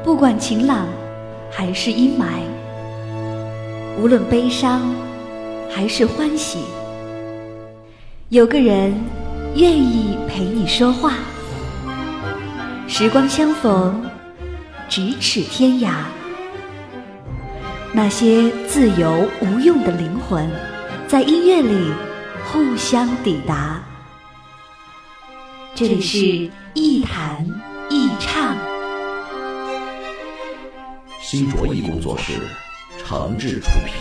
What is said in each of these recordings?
不管晴朗还是阴霾，无论悲伤还是欢喜，有个人愿意陪你说话。时光相逢，咫尺天涯。那些自由无用的灵魂，在音乐里互相抵达。这里是一弹一唱， 新卓艺工作室诚挚出品。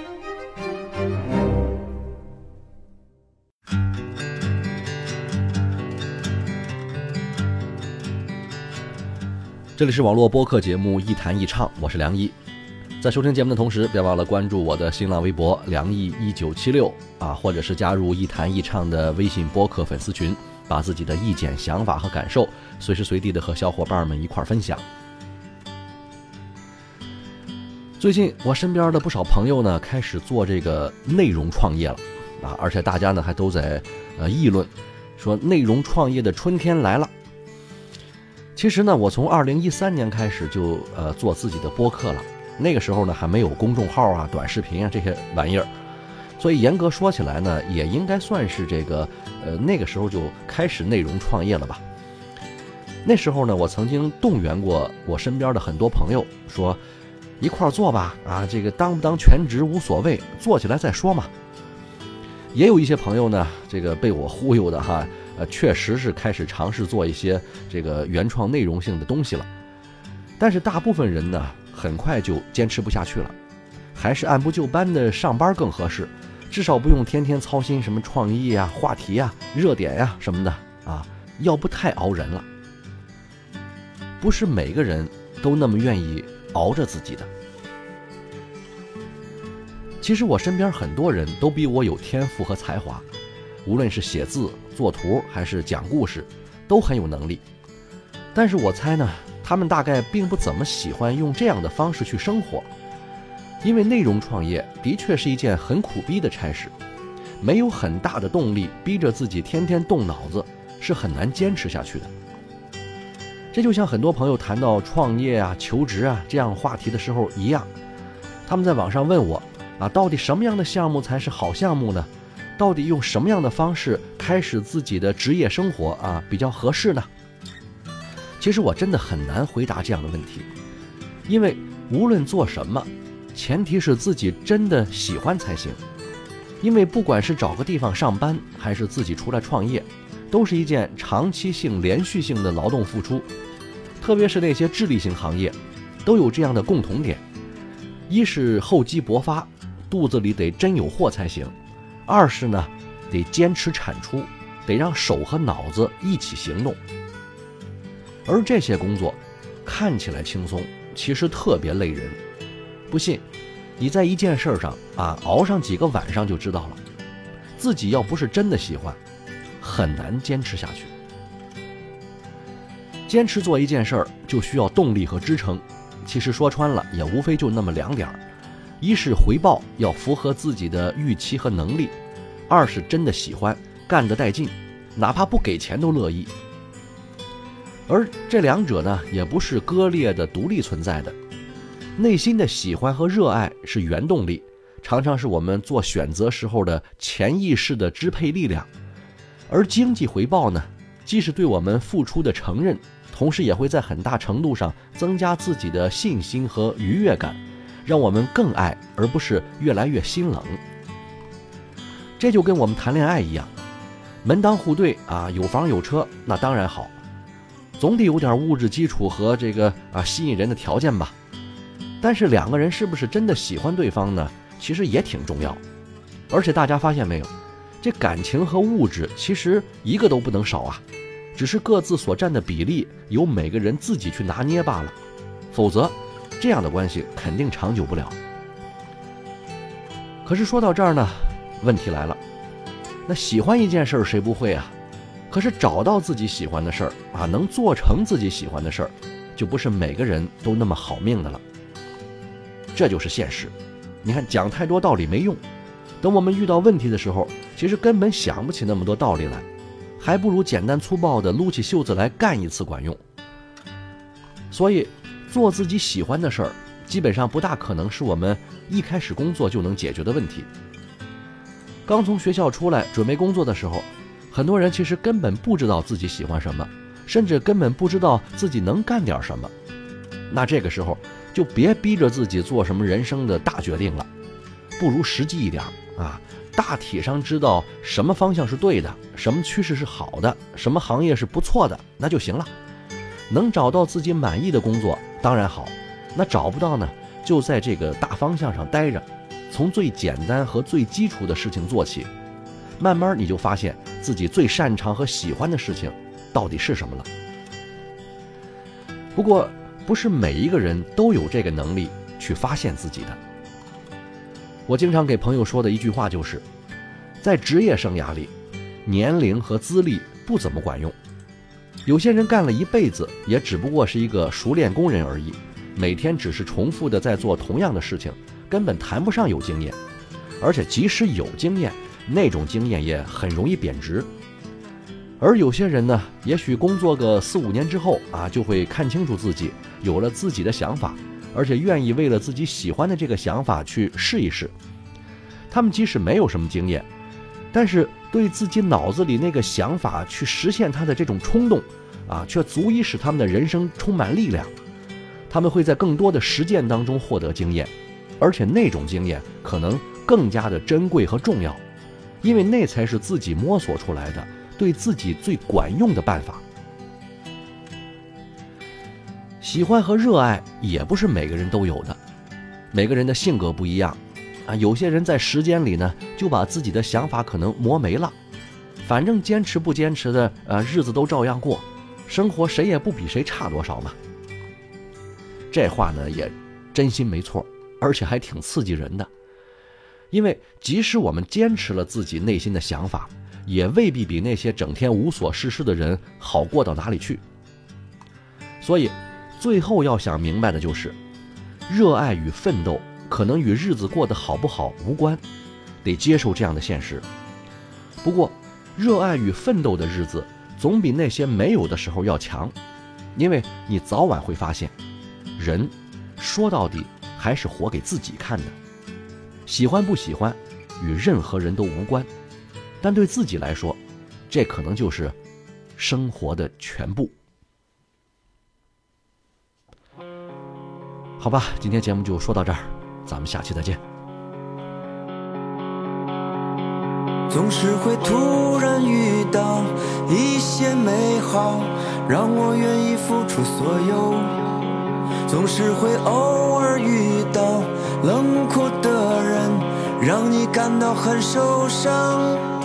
这里是网络播客节目一弹一唱，我是梁毅。在收听节目的同时，别忘了关注我的新浪微博梁毅1976或者是加入一弹一唱的微信播客粉丝群，把自己的意见、想法和感受随时随地的和小伙伴们一块分享。最近我身边的不少朋友呢，开始做这个内容创业了而且大家呢还都在议论，说内容创业的春天来了。其实呢，我从2013年开始就做自己的播客了，那个时候呢还没有公众号短视频这些玩意儿，所以严格说起来呢，也应该算是这个那个时候就开始内容创业了吧。那时候呢，我曾经动员过我身边的很多朋友，说一块儿做吧这个当不当全职无所谓，做起来再说嘛。也有一些朋友呢，这个被我忽悠的确实是开始尝试做一些这个原创内容性的东西了。但是大部分人呢，很快就坚持不下去了，还是按部就班的上班更合适，至少不用天天操心什么创意话题热点什么的要不太熬人了。不是每个人都那么愿意熬着自己的。其实我身边很多人都比我有天赋和才华，无论是写字、做图还是讲故事，都很有能力。但是我猜呢，他们大概并不怎么喜欢用这样的方式去生活，因为内容创业的确是一件很苦逼的差事，没有很大的动力逼着自己天天动脑子，是很难坚持下去的。这就像很多朋友谈到创业求职这样话题的时候一样，他们在网上问我到底什么样的项目才是好项目呢？到底用什么样的方式开始自己的职业生活比较合适呢？其实我真的很难回答这样的问题，因为无论做什么，前提是自己真的喜欢才行。因为不管是找个地方上班，还是自己出来创业，都是一件长期性、连续性的劳动付出。特别是那些智力型行业，都有这样的共同点：一是厚积薄发，肚子里得真有货才行；二是呢，得坚持产出，得让手和脑子一起行动。而这些工作看起来轻松，其实特别累人。不信，你在一件事上熬上几个晚上就知道了。自己要不是真的喜欢，很难坚持下去。坚持做一件事儿就需要动力和支撑，其实说穿了也无非就那么两点：一是回报要符合自己的预期和能力，二是真的喜欢，干得带劲，哪怕不给钱都乐意。而这两者呢，也不是割裂的独立存在的。内心的喜欢和热爱是原动力，常常是我们做选择时候的潜意识的支配力量。而经济回报呢，既是对我们付出的承认，同时也会在很大程度上增加自己的信心和愉悦感，让我们更爱，而不是越来越心冷。这就跟我们谈恋爱一样，门当户对有房有车，那当然好，总得有点物质基础和这个吸引人的条件吧。但是两个人是不是真的喜欢对方呢？其实也挺重要。而且大家发现没有，这感情和物质其实一个都不能少只是各自所占的比例由每个人自己去拿捏罢了。否则这样的关系肯定长久不了。可是说到这儿呢，问题来了，那喜欢一件事谁不会可是找到自己喜欢的事儿能做成自己喜欢的事儿，就不是每个人都那么好命的了。这就是现实。你看，讲太多道理没用，等我们遇到问题的时候，其实根本想不起那么多道理来，还不如简单粗暴的撸起袖子来干一次管用。所以做自己喜欢的事儿，基本上不大可能是我们一开始工作就能解决的问题。刚从学校出来准备工作的时候，很多人其实根本不知道自己喜欢什么，甚至根本不知道自己能干点什么。那这个时候就别逼着自己做什么人生的大决定了，不如实际一点啊，大体上知道什么方向是对的，什么趋势是好的，什么行业是不错的，那就行了。能找到自己满意的工作当然好，那找不到呢，就在这个大方向上待着，从最简单和最基础的事情做起，慢慢你就发现自己最擅长和喜欢的事情到底是什么了。不过不是每一个人都有这个能力去发现自己的。我经常给朋友说的一句话就是，在职业生涯里，年龄和资历不怎么管用。有些人干了一辈子，也只不过是一个熟练工人而已，每天只是重复的在做同样的事情，根本谈不上有经验。而且即使有经验，那种经验也很容易贬值。而有些人呢，也许工作个4、5年之后啊，就会看清楚自己，有了自己的想法，而且愿意为了自己喜欢的这个想法去试一试。他们即使没有什么经验，但是对自己脑子里那个想法去实现它的这种冲动啊，却足以使他们的人生充满力量。他们会在更多的实践当中获得经验，而且那种经验可能更加的珍贵和重要，因为那才是自己摸索出来的对自己最管用的办法。喜欢和热爱也不是每个人都有的，每个人的性格不一样啊，有些人在时间里呢，就把自己的想法可能磨没了，反正坚持不坚持的日子都照样过，生活谁也不比谁差多少嘛。这话呢也真心没错，而且还挺刺激人的。因为即使我们坚持了自己内心的想法，也未必比那些整天无所事事的人好过到哪里去。所以最后要想明白的就是，热爱与奋斗可能与日子过得好不好无关，得接受这样的现实。不过热爱与奋斗的日子总比那些没有的时候要强，因为你早晚会发现，人说到底还是活给自己看的。喜欢不喜欢与任何人都无关，但对自己来说，这可能就是生活的全部。好吧，今天节目就说到这儿，咱们下期再见。 总是会突然遇到一些美好，让我愿意付出所有。总是会偶尔遇到冷酷的人，让你感到很受伤。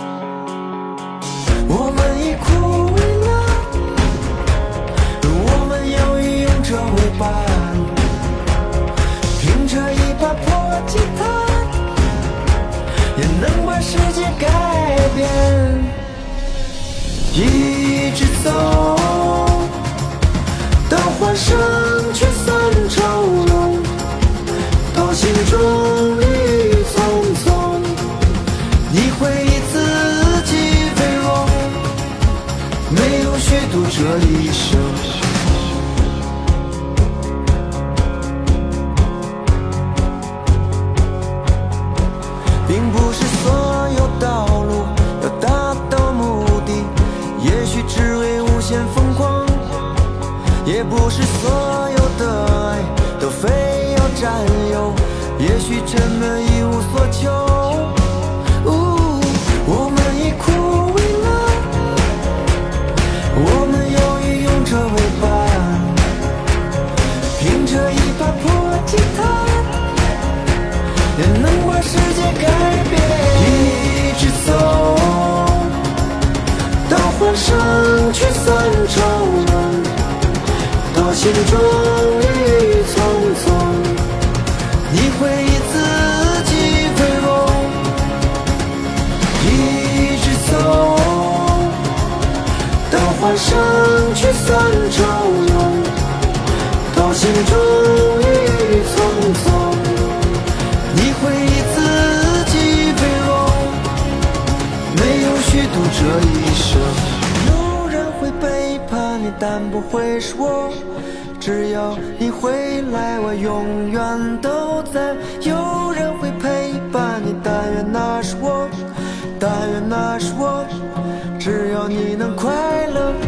我们已枯萎了，我们要以勇者为伴，凭着一把破吉他，也能把世界改变。一直走到换上去三朝龙，到心中郁郁葱葱，你会以自己为荣，没有虚度这一生。并不是所有道路要达到目的，也许只为无限疯狂，也不是所有的爱都非要占有，也许真的一无所求。我们已枯萎了，我们要以勇者为伴，凭着一把破吉他，也能把世界改变。一直走到换上去三朝龙，到心中郁郁葱葱，你会以自己为荣。一直走到换上去三朝龙，到心中郁郁葱葱，你会以自己为荣，没有虚度这一生。有人会背叛你， 你，但不会是我。只要你回来，我永远都在。有人会陪伴你，但愿那是我，但愿那是我。只要你能快乐。